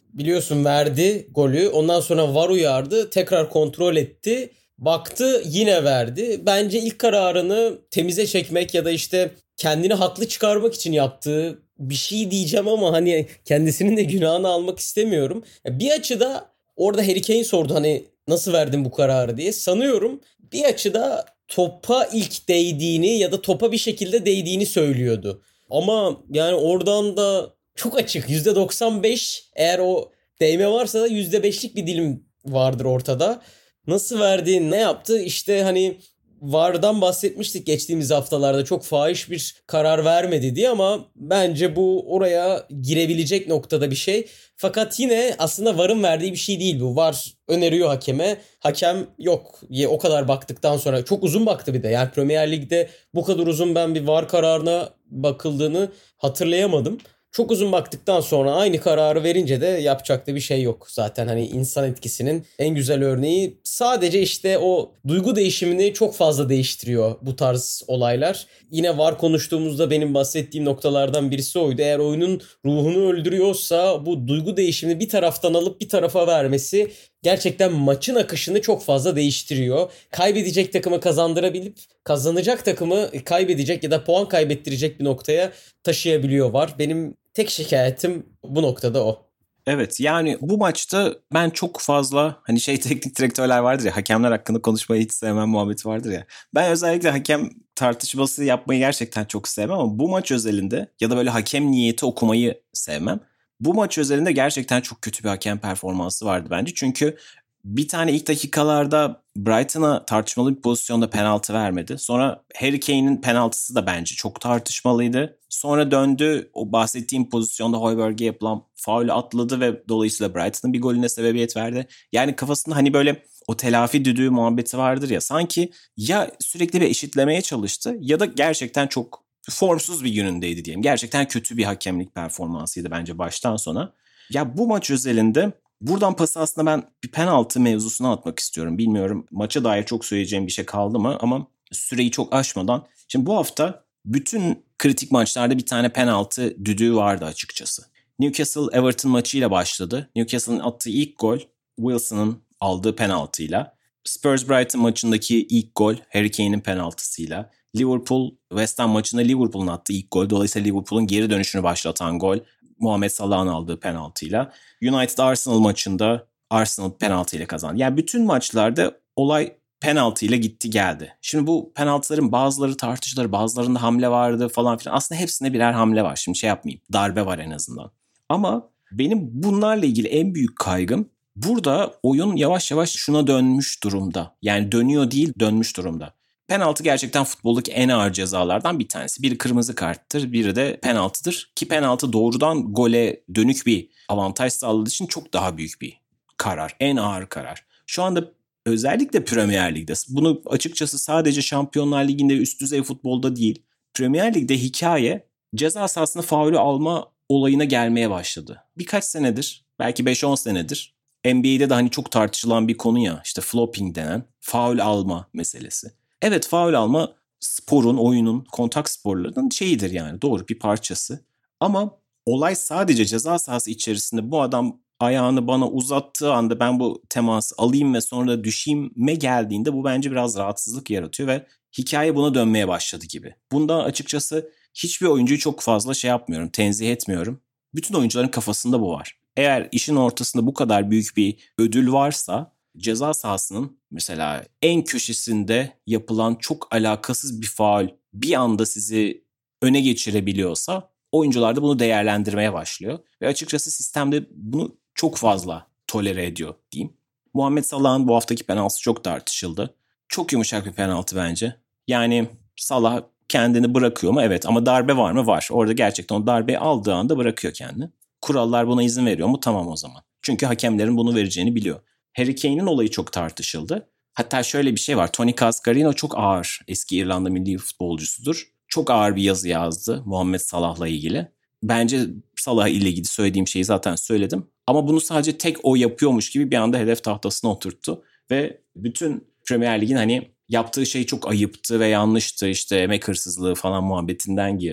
biliyorsun verdi golü. Ondan sonra V A R uyardı. Tekrar kontrol etti. Baktı yine verdi. Bence ilk kararını temize çekmek ya da işte kendini haklı çıkarmak için yaptığı bir şey diyeceğim ama hani kendisinin de günahını almak istemiyorum. Bir açıda orada Harry Kane sordu hani nasıl verdin bu kararı diye. Sanıyorum bir açıda topa ilk değdiğini ya da topa bir şekilde değdiğini söylüyordu. Ama yani oradan da çok açık yüzde doksan beş eğer o değme varsa da yüzde beşlik bir dilim vardır ortada. Nasıl verdi, ne yaptı? İşte hani V A R'dan bahsetmiştik geçtiğimiz haftalarda çok fahiş bir karar vermedi diye ama bence bu oraya girebilecek noktada bir şey. Fakat yine aslında V A R'ın verdiği bir şey değil bu. V A R öneriyor hakeme. Hakem yok. O kadar baktıktan sonra çok uzun baktı bir de. Yani Premier Lig'de bu kadar uzun ben bir V A R kararına bakıldığını hatırlayamadım. Çok uzun baktıktan sonra aynı kararı verince de yapacak da bir şey yok. Zaten hani insan etkisinin en güzel örneği sadece işte o duygu değişimini çok fazla değiştiriyor bu tarz olaylar. Yine V A R konuştuğumuzda benim bahsettiğim noktalardan birisi oydu. Eğer oyunun ruhunu öldürüyorsa bu duygu değişimini bir taraftan alıp bir tarafa vermesi gerçekten maçın akışını çok fazla değiştiriyor. Kaybedecek takımı kazandırabilip kazanacak takımı kaybedecek ya da puan kaybettirecek bir noktaya taşıyabiliyor V A R. Benim tek şikayetim bu noktada o. Evet, yani bu maçta ben çok fazla hani şey teknik direktörler vardır ya, hakemler hakkında konuşmayı hiç sevmem muhabbeti vardır ya. Ben özellikle hakem tartışması yapmayı gerçekten çok sevmem ama bu maç özelinde ya da böyle hakem niyeti okumayı sevmem. Bu maç özelinde gerçekten çok kötü bir hakem performansı vardı bence. Çünkü bir tane ilk dakikalarda Brighton'a tartışmalı bir pozisyonda penaltı vermedi. Sonra Harry Kane'in penaltısı da bence çok tartışmalıydı. Sonra döndü o bahsettiğim pozisyonda Højbjerg'e yapılan faulü atladı ve dolayısıyla Brighton'ın bir golüne sebebiyet verdi. Yani kafasında hani böyle o telafi düdüğü muhabbeti vardır ya, sanki ya sürekli bir eşitlemeye çalıştı ya da gerçekten çok formsuz bir günündeydi diyelim. Gerçekten kötü bir hakemlik performansıydı bence baştan sona. Ya bu maç özelinde buradan pası aslında ben bir penaltı mevzusuna atmak istiyorum. Bilmiyorum maça dair çok söyleyeceğim bir şey kaldı mı ama süreyi çok aşmadan. Şimdi bu hafta bütün kritik maçlarda bir tane penaltı düdüğü vardı açıkçası. Newcastle-Everton maçıyla başladı. Newcastle'ın attığı ilk gol Wilson'ın aldığı penaltıyla. Spurs-Brighton maçındaki ilk gol Harry Kane'in penaltısıyla. Liverpool-West Ham maçında Liverpool'un attığı ilk gol. Dolayısıyla Liverpool'un geri dönüşünü başlatan gol Muhammed Salah'ın aldığı penaltıyla. United-Arsenal maçında Arsenal penaltıyla kazandı. Yani bütün maçlarda olay penaltıyla gitti geldi. Şimdi bu penaltıların bazıları tartışılır, bazılarında hamle vardı falan filan. Aslında hepsinde birer hamle var. Şimdi şey yapmayayım. Darbe var en azından. Ama benim bunlarla ilgili en büyük kaygım burada oyun yavaş yavaş şuna dönmüş durumda. Yani dönüyor değil, dönmüş durumda. Penaltı gerçekten futboldaki en ağır cezalardan bir tanesi. Biri kırmızı karttır, biri de penaltıdır. Ki penaltı doğrudan gole dönük bir avantaj sağladığı için çok daha büyük bir karar. En ağır karar. Şu anda özellikle Premier Lig'de, bunu açıkçası sadece Şampiyonlar Ligi'nde üst düzey futbolda değil, Premier Lig'de hikaye ceza sahasında faulü alma olayına gelmeye başladı. Birkaç senedir, belki beş on senedir N B A'de de hani çok tartışılan bir konu ya, işte flopping denen faul alma meselesi. Evet, faul alma sporun, oyunun, kontak sporlarının şeyidir yani, doğru bir parçası. Ama olay sadece ceza sahası içerisinde bu adam ayağını bana uzattığı anda ben bu teması alayım ve sonra düşeyim'e geldiğinde bu bence biraz rahatsızlık yaratıyor ve hikaye buna dönmeye başladı gibi. Bunda açıkçası hiçbir oyuncuyu çok fazla şey yapmıyorum, tenzih etmiyorum. Bütün oyuncuların kafasında bu var. Eğer işin ortasında bu kadar büyük bir ödül varsa ceza sahasının mesela en köşesinde yapılan çok alakasız bir faul bir anda sizi öne geçirebiliyorsa oyuncular da bunu değerlendirmeye başlıyor. Ve açıkçası sistemde bunu çok fazla tolere ediyor diyeyim. Muhammed Salah'ın bu haftaki penaltısı çok tartışıldı. Çok yumuşak bir penaltı bence. Yani Salah kendini bırakıyor mu? Evet, ama darbe var mı? Var. Orada gerçekten o darbeyi aldığı anda bırakıyor kendini. Kurallar buna izin veriyor mu? Tamam o zaman. Çünkü hakemlerin bunu vereceğini biliyor. Harry Kane'in olayı çok tartışıldı. Hatta şöyle bir şey var. Tony Cascarino çok ağır, eski İrlanda milli futbolcusudur. Çok ağır bir yazı yazdı Muhammed Salah'la ilgili. Bence Salah ile ilgili söylediğim şeyi zaten söyledim. Ama bunu sadece tek o yapıyormuş gibi bir anda hedef tahtasına oturttu. Ve bütün Premier Lig'in hani yaptığı şey çok ayıptı ve yanlıştı, işte emek hırsızlığı falan muhabbetinden girdi.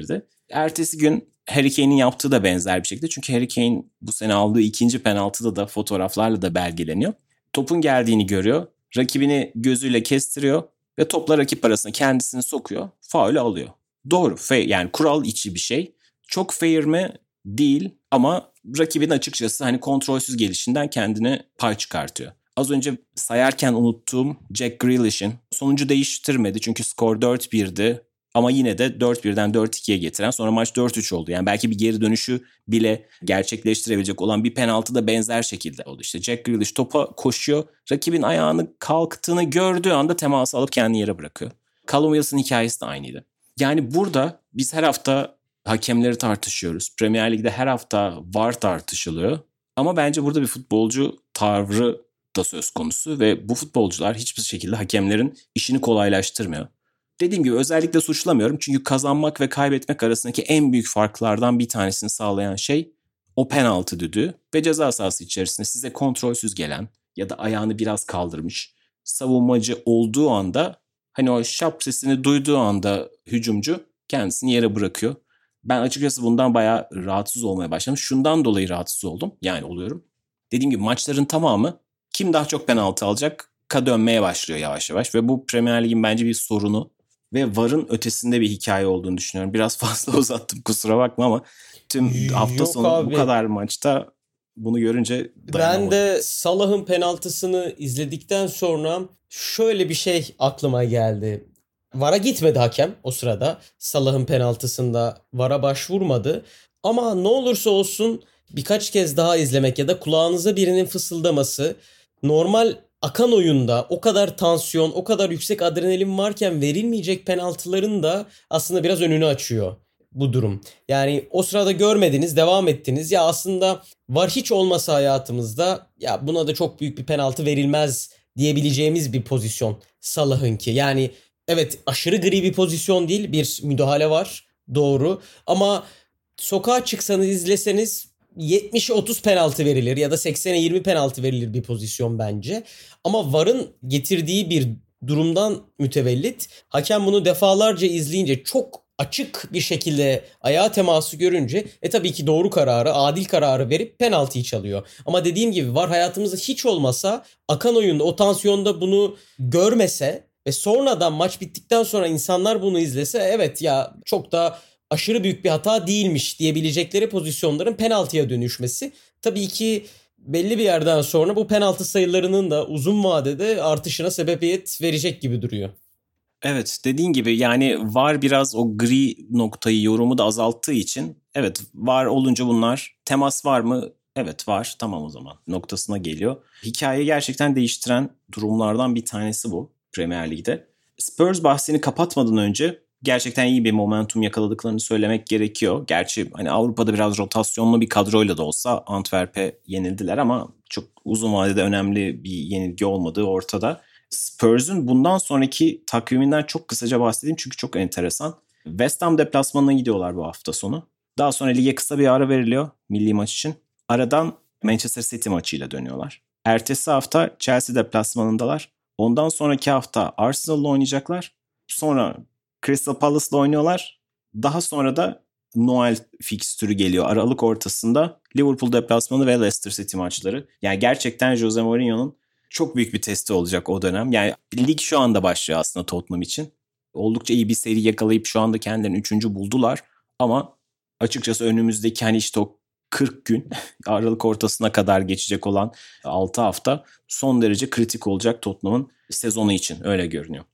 Ertesi gün Harry Kane'in yaptığı da benzer bir şekilde. Çünkü Harry Kane bu sene aldığı ikinci penaltıda da fotoğraflarla da belgeleniyor. Topun geldiğini görüyor. Rakibini gözüyle kestiriyor ve topla rakip arasına kendisini sokuyor. Faul alıyor. Doğru. Fair, yani kural içi bir şey. Çok fair mi? Değil ama rakibin açıkçası hani kontrolsüz gelişinden kendine pay çıkartıyor. Az önce sayarken unuttuğum Jack Grealish'in sonucu değiştirmedi. Çünkü skor dört birdi. Ama yine de dört birden dört ikiye getiren, sonra maç dört üç oldu. Yani belki bir geri dönüşü bile gerçekleştirebilecek olan bir penaltı da benzer şekilde oldu. İşte Jack Grealish topa koşuyor. Rakibin ayağını kalktığını gördüğü anda teması alıp kendini yere bırakıyor. Callum Wilson hikayesi de aynıydı. Yani burada biz her hafta hakemleri tartışıyoruz. Premier Lig'de her hafta V A R tartışılıyor. Ama bence burada bir futbolcu tavrı da söz konusu ve bu futbolcular hiçbir şekilde hakemlerin işini kolaylaştırmıyor. Dediğim gibi özellikle suçlamıyorum çünkü kazanmak ve kaybetmek arasındaki en büyük farklardan bir tanesini sağlayan şey o penaltı düdüğü ve ceza sahası içerisinde size kontrolsüz gelen ya da ayağını biraz kaldırmış savunmacı olduğu anda, hani o şap sesini duyduğu anda hücumcu kendisini yere bırakıyor. Ben açıkçası bundan bayağı rahatsız olmaya başladım. Şundan dolayı rahatsız oldum. Yani oluyorum. Dediğim gibi maçların tamamı kim daha çok penaltı alacak ka dönmeye başlıyor yavaş yavaş ve bu Premier Lig'in bence bir sorunu ve V A R'ın ötesinde bir hikaye olduğunu düşünüyorum. Biraz fazla uzattım, kusura bakma ama tüm hafta Yok sonu abi. bu kadar maçta bunu görünce dayanamadım. Ben de Salah'ın penaltısını izledikten sonra şöyle bir şey aklıma geldi. V A R'a gitmedi hakem o sırada. Salah'ın penaltısında V A R'a başvurmadı. Ama ne olursa olsun birkaç kez daha izlemek ya da kulağınıza birinin fısıldaması, normal akan oyunda o kadar tansiyon, o kadar yüksek adrenalin varken verilmeyecek penaltıların da aslında biraz önünü açıyor bu durum. Yani o sırada görmediniz, devam ettiniz. Ya aslında V A R hiç olmasa hayatımızda ya buna da çok büyük bir penaltı verilmez diyebileceğimiz bir pozisyon Salah'ınki. Yani evet, aşırı gri bir pozisyon değil, bir müdahale var, doğru, ama sokağa çıksanız izleseniz yetmişe otuz penaltı verilir ya da seksene yirmi penaltı verilir bir pozisyon bence. Ama V A R'ın getirdiği bir durumdan mütevellit hakem bunu defalarca izleyince, çok açık bir şekilde ayağa teması görünce e tabii ki doğru kararı, adil kararı verip penaltıyı çalıyor. Ama dediğim gibi V A R hayatımızda hiç olmasa, akan oyunda o tansiyonda bunu görmese ve sonradan maç bittikten sonra insanlar bunu izlese, evet ya çok da aşırı büyük bir hata değilmiş diyebilecekleri pozisyonların penaltıya dönüşmesi tabii ki belli bir yerden sonra bu penaltı sayılarının da uzun vadede artışına sebebiyet verecek gibi duruyor. Evet, dediğin gibi yani V A R biraz o gri noktayı, yorumu da azalttığı için, evet V A R olunca bunlar, temas var mı? Evet var, tamam o zaman noktasına geliyor. Hikayeyi gerçekten değiştiren durumlardan bir tanesi bu Premier Lig'de. Spurs bahsini kapatmadan önce gerçekten iyi bir momentum yakaladıklarını söylemek gerekiyor. Gerçi hani Avrupa'da biraz rotasyonlu bir kadroyla da olsa Antwerp'e yenildiler ama çok uzun vadede önemli bir yenilgi olmadığı ortada. Spurs'un bundan sonraki takviminden çok kısaca bahsedeyim çünkü çok enteresan. West Ham deplasmanına gidiyorlar bu hafta sonu. Daha sonra lige kısa bir ara veriliyor milli maç için. Aradan Manchester City maçıyla dönüyorlar. Ertesi hafta Chelsea deplasmanındalar. Ondan sonraki hafta Arsenal'la oynayacaklar. Sonra Crystal Palace'la oynuyorlar. Daha sonra da Noel fikstürü geliyor Aralık ortasında. Liverpool deplasmanı ve Leicester City maçları. Yani gerçekten Jose Mourinho'nun çok büyük bir testi olacak o dönem. Yani lig şu anda başlıyor aslında Tottenham için. Oldukça iyi bir seri yakalayıp şu anda kendilerini üçüncü buldular. Ama açıkçası önümüzdeki hani işte o kırk gün Aralık ortasına kadar geçecek olan altı hafta son derece kritik olacak Tottenham'ın sezonu için, öyle görünüyor.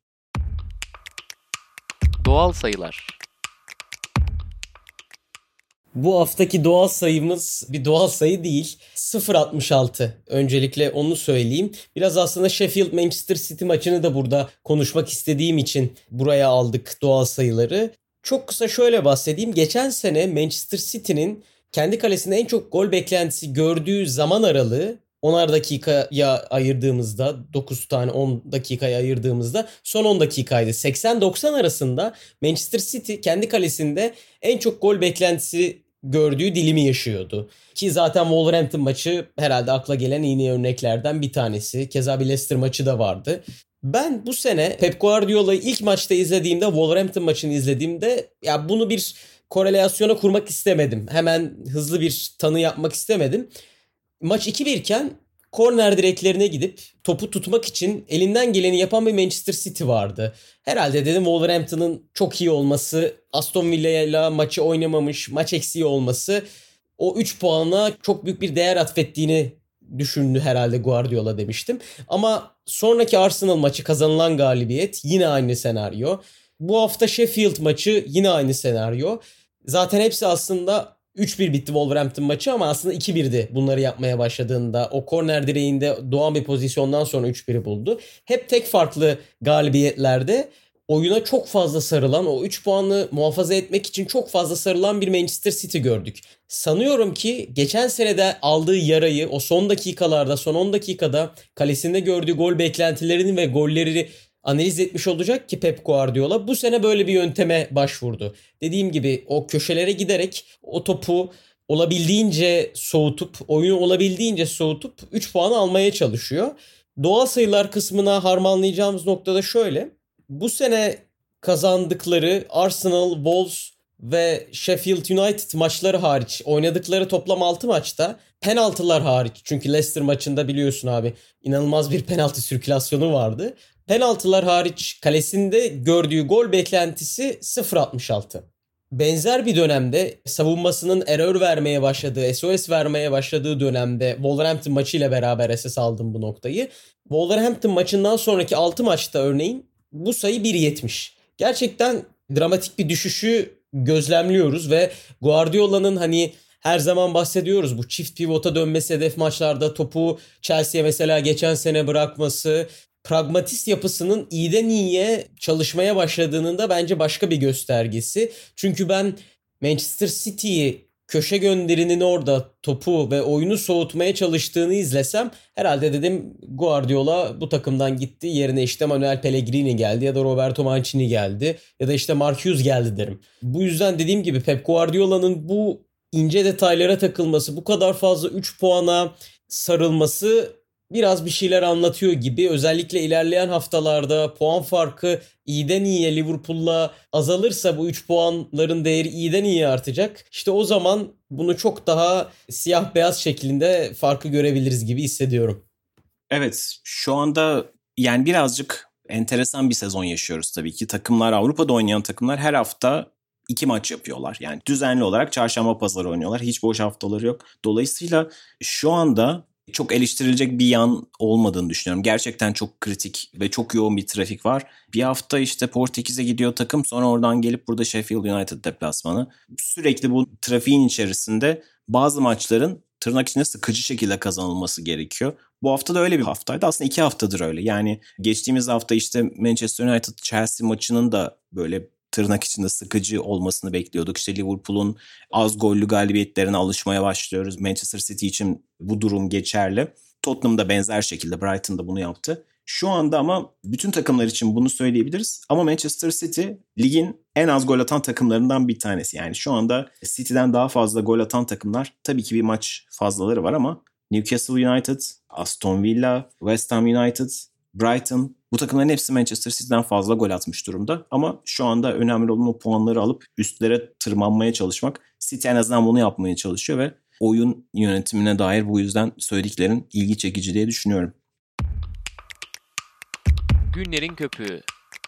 Doğal sayılar. Bu haftaki doğal sayımız bir doğal sayı değil. sıfır virgül altmış altı. Öncelikle onu söyleyeyim. Biraz aslında Sheffield Manchester City maçını da burada konuşmak istediğim için buraya aldık doğal sayıları. Çok kısa şöyle bahsedeyim. Geçen sene Manchester City'nin kendi kalesinde en çok gol beklentisi gördüğü zaman aralığı, onar dakikaya ayırdığımızda, dokuz tane on dakikaya ayırdığımızda son on dakikaydı. seksen doksan arasında Manchester City kendi kalesinde en çok gol beklentisi gördüğü dilimi yaşıyordu. Ki zaten Wolverhampton maçı herhalde akla gelen yeni örneklerden bir tanesi. Keza bir Leicester maçı da vardı. Ben bu sene Pep Guardiola'yı ilk maçta izlediğimde, Wolverhampton maçını izlediğimde ya bunu bir korelasyona kurmak istemedim. Hemen hızlı bir tanı yapmak istemedim. Maç iki bir iken korner direklerine gidip topu tutmak için elinden geleni yapan bir Manchester City vardı. Herhalde dedim Wolverhampton'ın çok iyi olması, Aston Villa'yla maçı oynamamış, maç eksiği olması o üç puana çok büyük bir değer atfettiğini düşündü herhalde Guardiola demiştim. Ama sonraki Arsenal maçı, kazanılan galibiyet, yine aynı senaryo. Bu hafta Sheffield maçı yine aynı senaryo. Zaten hepsi aslında üç bir bitti Wolverhampton maçı ama aslında iki birdi bunları yapmaya başladığında. O korner direğinde doğan bir pozisyondan sonra üç biri buldu. Hep tek farklı galibiyetlerde oyuna çok fazla sarılan, o üç puanı muhafaza etmek için çok fazla sarılan bir Manchester City gördük. Sanıyorum ki geçen senede aldığı yarayı o son dakikalarda, son on dakikada kalesinde gördüğü gol beklentilerini ve golleri analiz etmiş olacak ki Pep Guardiola bu sene böyle bir yönteme başvurdu. Dediğim gibi o köşelere giderek o topu olabildiğince soğutup, oyunu olabildiğince soğutup üç puanı almaya çalışıyor. Doğal sayılar kısmına harmanlayacağımız noktada şöyle. Bu sene kazandıkları Arsenal, Wolves ve Sheffield United maçları hariç oynadıkları toplam altı maçta penaltılar hariç, çünkü Leicester maçında biliyorsun abi inanılmaz bir penaltı sirkülasyonu vardı. Penaltılar hariç kalesinde gördüğü gol beklentisi sıfır virgül altmış altı. Benzer bir dönemde savunmasının error vermeye başladığı, S O S vermeye başladığı dönemde Wolverhampton maçıyla beraber esas aldım bu noktayı. Wolverhampton maçından sonraki altı maçta örneğin bu sayı bir virgül yetmiş. Gerçekten dramatik bir düşüşü gözlemliyoruz ve Guardiola'nın hani her zaman bahsediyoruz bu çift pivota dönmesi hedef maçlarda, topu Chelsea'ye mesela geçen sene bırakması, pragmatist yapısının iyiden iyiye çalışmaya başladığının da bence başka bir göstergesi. Çünkü ben Manchester City'yi köşe gönderinin orada topu ve oyunu soğutmaya çalıştığını izlesem herhalde dedim Guardiola bu takımdan gitti, yerine işte Manuel Pellegrini geldi ya da Roberto Mancini geldi ya da işte Mark Hughes geldi derim. Bu yüzden dediğim gibi Pep Guardiola'nın bu ince detaylara takılması, bu kadar fazla üç puana sarılması biraz bir şeyler anlatıyor gibi. Özellikle ilerleyen haftalarda puan farkı iyiden iyiye Liverpool'la azalırsa bu üç puanların değeri iyiden iyiye artacak. İşte o zaman bunu çok daha siyah beyaz şeklinde farkı görebiliriz gibi hissediyorum. Evet, şu anda yani birazcık enteresan bir sezon yaşıyoruz tabii ki. Takımlar, Avrupa'da oynayan takımlar her hafta iki maç yapıyorlar. Yani düzenli olarak çarşamba pazarı oynuyorlar. Hiç boş haftaları yok. Dolayısıyla şu anda çok eleştirilecek bir yan olmadığını düşünüyorum. Gerçekten çok kritik ve çok yoğun bir trafik var. Bir hafta işte Portekiz'e gidiyor takım, sonra oradan gelip burada Sheffield United deplasmanı. Sürekli bu trafiğin içerisinde bazı maçların tırnak içinde sıkıcı şekilde kazanılması gerekiyor. Bu hafta da öyle bir haftaydı. Aslında iki haftadır öyle. Yani geçtiğimiz hafta işte Manchester United Chelsea maçının da böyle tırnak içinde sıkıcı olmasını bekliyorduk. İşte Liverpool'un az gollü galibiyetlerine alışmaya başlıyoruz. Manchester City için bu durum geçerli. Tottenham da benzer şekilde, Brighton da bunu yaptı. Şu anda ama bütün takımlar için bunu söyleyebiliriz. Ama Manchester City ligin en az gol atan takımlarından bir tanesi. Yani şu anda City'den daha fazla gol atan takımlar, tabii ki bir maç fazlaları var ama Newcastle United, Aston Villa, West Ham United, Brighton, bu takımların hepsi Manchester City'den fazla gol atmış durumda. Ama şu anda önemli olan o puanları alıp üstlere tırmanmaya çalışmak. City en azından bunu yapmaya çalışıyor ve oyun yönetimine dair bu yüzden söylediklerin ilgi çekici diye düşünüyorum. Günlerin köpüğü.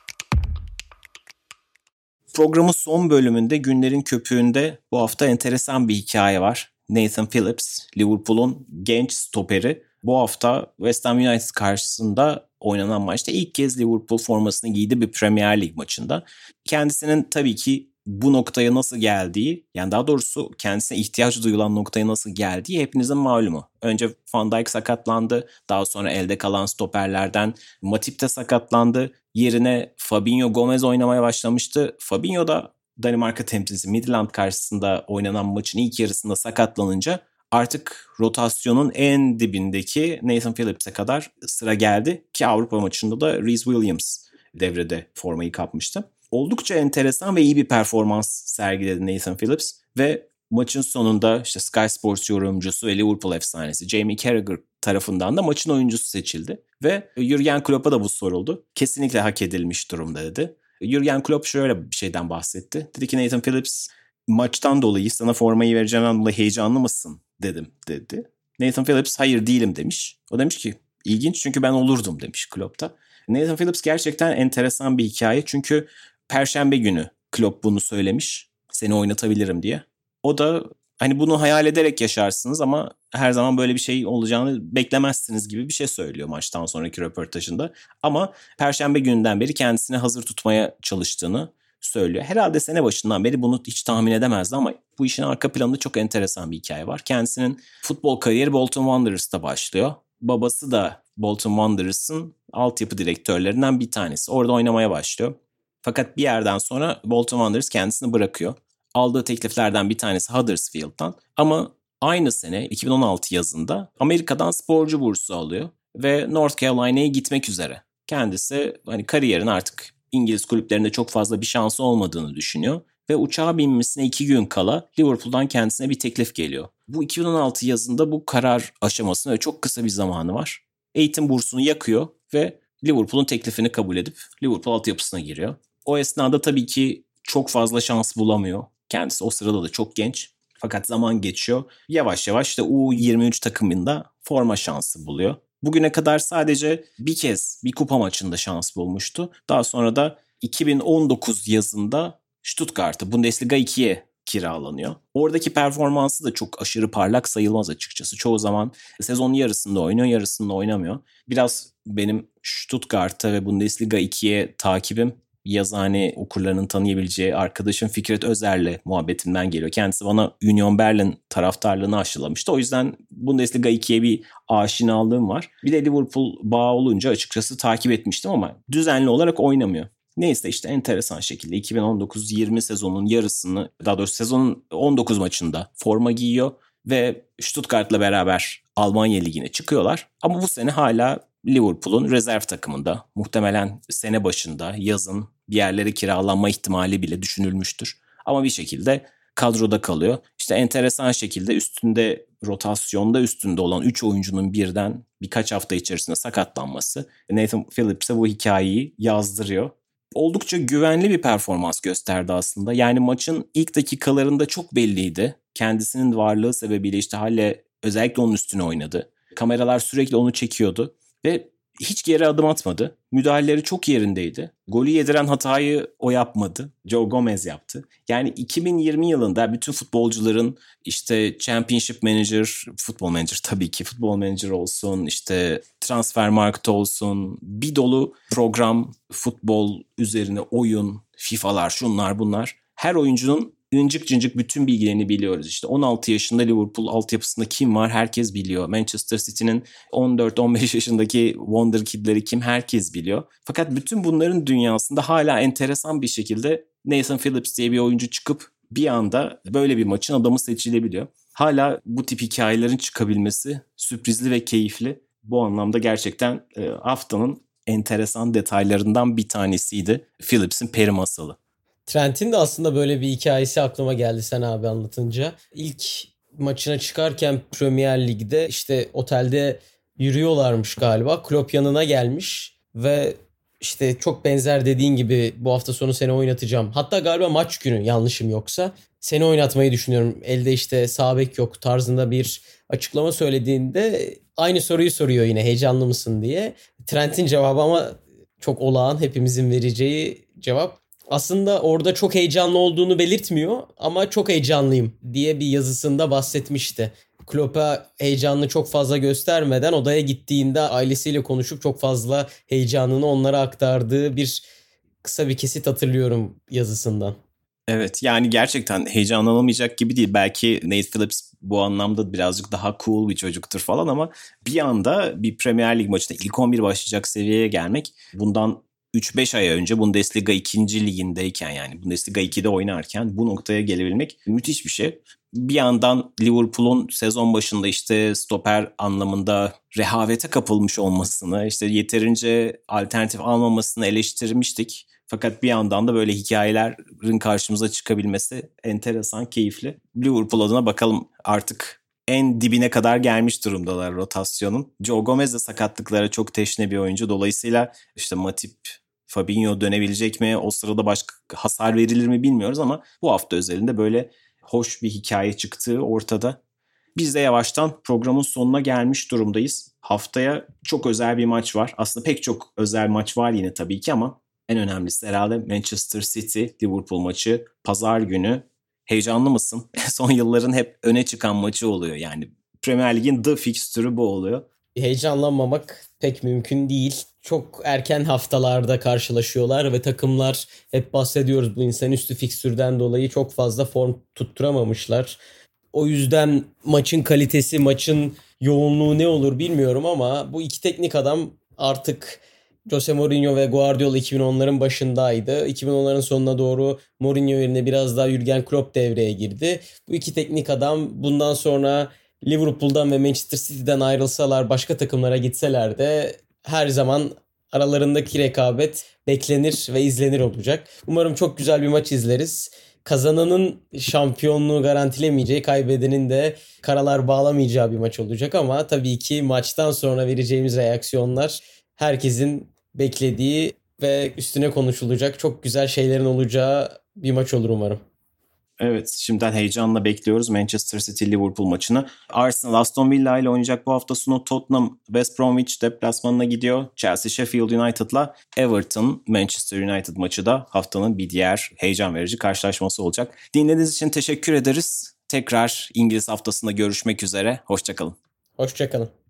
Programın son bölümünde Günlerin Köpüğü'nde bu hafta enteresan bir hikaye var. Nathan Phillips, Liverpool'un genç stoperi, bu hafta West Ham United karşısında oynanan maçta ilk kez Liverpool formasını giydi bir Premier Lig maçında. Kendisinin tabii ki bu noktaya nasıl geldiği, yani daha doğrusu kendisine ihtiyaç duyulan noktaya nasıl geldiği hepinizin malumu. Önce Van Dijk sakatlandı, daha sonra elde kalan stoperlerden Matip de sakatlandı. Yerine Fabinho Gomez oynamaya başlamıştı. Fabinho da Danimarka temsilcisi Midland karşısında oynanan maçın ilk yarısında sakatlanınca artık rotasyonun en dibindeki Nathan Phillips'e kadar sıra geldi ki Avrupa maçında da Reece Williams devrede formayı kapmıştı. Oldukça enteresan ve iyi bir performans sergiledi Nathan Phillips ve maçın sonunda işte Sky Sports yorumcusu ve Liverpool efsanesi Jamie Carragher tarafından da maçın oyuncusu seçildi ve Jurgen Klopp'a da bu soruldu. Kesinlikle hak edilmiş durumda dedi. Jurgen Klopp şöyle bir şeyden bahsetti. Dedi ki Nathan Phillips maçtan dolayı sana formayı vereceğimden dolayı heyecanlı mısın dedim dedi. Nathan Phillips hayır değilim demiş. O demiş ki ilginç çünkü ben olurdum demiş Klopp'ta. Nathan Phillips gerçekten enteresan bir hikaye. Çünkü Perşembe günü Klopp bunu söylemiş. Seni oynatabilirim diye. O da hani bunu hayal ederek yaşarsınız ama her zaman böyle bir şey olacağını beklemezsiniz gibi bir şey söylüyor maçtan sonraki röportajında. Ama Perşembe gününden beri kendisini hazır tutmaya çalıştığını söylüyor. Herhalde sene başından beri bunu hiç tahmin edemezdi ama bu işin arka planında çok enteresan bir hikaye var. Kendisinin futbol kariyeri Bolton Wanderers'ta başlıyor. Babası da Bolton Wanderers'ın altyapı direktörlerinden bir tanesi. Orada oynamaya başlıyor. Fakat bir yerden sonra Bolton Wanderers kendisini bırakıyor. Aldığı tekliflerden bir tanesi Huddersfield'dan. Ama aynı sene iki bin on altı yazında Amerika'dan sporcu bursu alıyor ve North Carolina'ya gitmek üzere. Kendisi hani kariyerin artık İngiliz kulüplerinde çok fazla bir şansı olmadığını düşünüyor. Ve uçağa binmesine iki gün kala Liverpool'dan kendisine bir teklif geliyor. Bu iki bin on altı yazında bu karar aşamasında çok kısa bir zamanı var. Eğitim bursunu yakıyor ve Liverpool'un teklifini kabul edip Liverpool altyapısına giriyor. O esnada tabii ki çok fazla şans bulamıyor. Kendisi o sırada da çok genç. Fakat zaman geçiyor. Yavaş yavaş işte U yirmi üç takımında forma şansı buluyor. Bugüne kadar sadece bir kez bir kupa maçında şans bulmuştu. Daha sonra da iki bin on dokuz yazında Stuttgart'a Bundesliga ikiye kiralanıyor. Oradaki performansı da çok aşırı parlak sayılmaz açıkçası. Çoğu zaman sezonun yarısında oynuyor, yarısında oynamıyor. Biraz benim Stuttgart'a ve Bundesliga ikiye takibim yazıhane okurlarının tanıyabileceği arkadaşım Fikret Özer'le muhabbetimden geliyor. Kendisi bana Union Berlin taraftarlığını aşılamıştı. O yüzden Bundesliga ikiye bir aşinalığım var. Bir de Liverpool bağı olunca açıkçası takip etmiştim ama düzenli olarak oynamıyor. Neyse işte enteresan şekilde iki bin on dokuz yirmi sezonun yarısını, daha doğrusu sezonun on dokuz maçında forma giyiyor ve Stuttgart'la beraber Almanya Ligi'ne çıkıyorlar. Ama bu sene hala Liverpool'un rezerv takımında, muhtemelen sene başında yazın bir yerlere kiralanma ihtimali bile düşünülmüştür. Ama bir şekilde kadroda kalıyor. İşte enteresan şekilde üstünde, rotasyonda üstünde olan üç oyuncunun birden birkaç hafta içerisinde sakatlanması Nathan Phillips'e bu hikayeyi yazdırıyor. Oldukça güvenli bir performans gösterdi aslında. Yani maçın ilk dakikalarında çok belliydi. Kendisinin varlığı sebebiyle işte Halle özellikle onun üstüne oynadı. Kameralar sürekli onu çekiyordu ve hiç geri adım atmadı. Müdahaleleri çok yerindeydi. Golü yediren hatayı o yapmadı. Joe Gomez yaptı. Yani iki bin yirmi yılında bütün futbolcuların işte Championship Manager, Football Manager tabii ki Football Manager olsun, işte Transfermarkt olsun, bir dolu program, futbol üzerine oyun, FIFA'lar, şunlar bunlar. Her oyuncunun incik cincik bütün bilgilerini biliyoruz. İşte on altı yaşında Liverpool altyapısında kim var herkes biliyor. Manchester City'nin on dört on beş yaşındaki Wonder Kid'leri kim herkes biliyor. Fakat bütün bunların dünyasında hala enteresan bir şekilde Nathan Phillips diye bir oyuncu çıkıp bir anda böyle bir maçın adamı seçilebiliyor. Hala bu tip hikayelerin çıkabilmesi sürprizli ve keyifli. Bu anlamda gerçekten haftanın enteresan detaylarından bir tanesiydi Phillips'in peri masalı. Trent'in de aslında böyle bir hikayesi aklıma geldi sen abi anlatınca. İlk maçına çıkarken Premier Lig'de işte otelde yürüyorlarmış galiba. Klopp yanına gelmiş ve işte çok benzer dediğin gibi bu hafta sonu seni oynatacağım. Hatta galiba maç günü yanlışım yoksa seni oynatmayı düşünüyorum. Elde işte sağ bek yok tarzında bir açıklama söylediğinde aynı soruyu soruyor yine heyecanlı mısın diye. Trent'in cevabı ama çok olağan, hepimizin vereceği cevap. Aslında orada çok heyecanlı olduğunu belirtmiyor ama çok heyecanlıyım diye bir yazısında bahsetmişti. Klopp'a heyecanını çok fazla göstermeden odaya gittiğinde ailesiyle konuşup çok fazla heyecanını onlara aktardığı bir kısa bir kesit hatırlıyorum yazısından. Evet, yani gerçekten heyecanlanamayacak gibi değil. Belki Nate Phillips bu anlamda birazcık daha cool bir çocuktur falan ama bir anda bir Premier Lig maçında ilk on bir başlayacak seviyeye gelmek bundan üç beş ay önce Bundesliga ikinci ligindeyken, yani Bundesliga ikide oynarken bu noktaya gelebilmek müthiş bir şey. Bir yandan Liverpool'un sezon başında işte stoper anlamında rehavete kapılmış olmasını, işte yeterince alternatif almamasını eleştirmiştik. Fakat bir yandan da böyle hikayelerin karşımıza çıkabilmesi enteresan, keyifli. Liverpool adına bakalım, artık en dibine kadar gelmiş durumdalar rotasyonun. Joe Gomez de sakatlıklara çok teşne bir oyuncu. Dolayısıyla işte Matip, Fabinho dönebilecek mi? O sırada başka hasar verilir mi bilmiyoruz ama bu hafta özelinde böyle hoş bir hikaye çıktığı ortada. Biz de yavaştan programın sonuna gelmiş durumdayız. Haftaya çok özel bir maç var. Aslında pek çok özel maç var yine tabii ki ama en önemlisi herhalde Manchester City-Liverpool maçı. Pazar günü. Heyecanlı mısın? Son yılların hep öne çıkan maçı oluyor yani. Premier Lig'in the fixtürü bu oluyor. Heyecanlanmamak pek mümkün değil. Çok erken haftalarda karşılaşıyorlar ve takımlar, hep bahsediyoruz bu insanüstü fikstürden dolayı, çok fazla form tutturamamışlar. O yüzden maçın kalitesi, maçın yoğunluğu ne olur bilmiyorum ama bu iki teknik adam artık Jose Mourinho ve Guardiola iki bin onların başındaydı. iki bin onların sonuna doğru Mourinho yerine biraz daha Jürgen Klopp devreye girdi. Bu iki teknik adam bundan sonra Liverpool'dan ve Manchester City'den ayrılsalar, başka takımlara gitseler de her zaman aralarındaki rekabet beklenir ve izlenir olacak. Umarım çok güzel bir maç izleriz. Kazananın şampiyonluğu garantilemeyeceği, kaybedenin de karalar bağlamayacağı bir maç olacak ama tabii ki maçtan sonra vereceğimiz reaksiyonlar herkesin beklediği ve üstüne konuşulacak çok güzel şeylerin olacağı bir maç olur umarım. Evet, şimdiden heyecanla bekliyoruz Manchester City-Liverpool maçını. Arsenal Aston Villa ile oynayacak bu hafta sonu. Tottenham West Bromwich deplasmanına gidiyor. Chelsea Sheffield United'la Everton Manchester United maçı da haftanın bir diğer heyecan verici karşılaşması olacak. Dinlediğiniz için teşekkür ederiz. Tekrar İngiliz haftasında görüşmek üzere. Hoşça kalın. Hoşça kalın.